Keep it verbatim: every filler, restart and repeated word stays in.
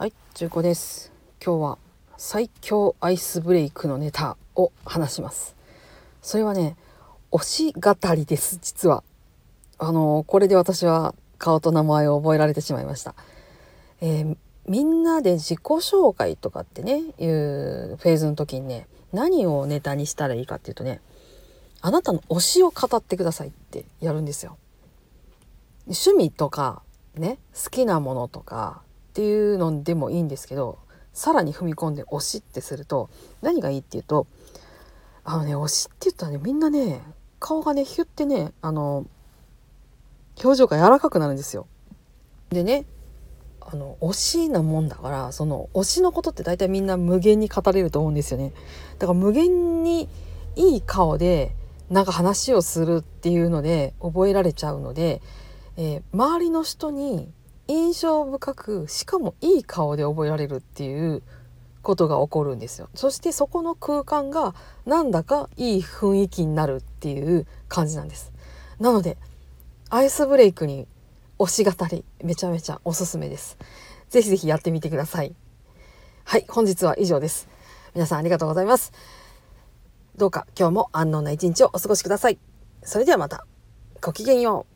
はい、中古です。今日は最強アイスブレイクのネタを話します。それはね、推し語りです。実はあのこれで私は顔と名前を覚えられてしまいました。えー、みんなで自己紹介とかってねいうフェーズの時にね、何をネタにしたらいいかっていうとね、あなたの推しを語ってくださいってやるんですよ。趣味とかね、好きなものとかっていうのでもいいんですけど、さらに踏み込んで推しってすると何がいいっていうと、あのね、推しって言ったらね、みんなね、顔がねヒュってね、あの表情が柔らかくなるんですよ。でね、あの推しなもんだから、その推しのことって大体みんな無限に語れると思うんですよね。だから無限にいい顔でなんか話をするっていうので覚えられちゃうので、えー周りの人に印象深く、しかもいい顔で覚えられるっていうことが起こるんですよ。そしてそこの空間がなんだかいい雰囲気になるっていう感じなんです。なのでアイスブレイクに推し語りめちゃめちゃおすすめです。ぜひぜひやってみてください。はい、本日は以上です。皆さんありがとうございます。どうか今日も安穏な一日をお過ごしください。それではまた。ごきげんよう。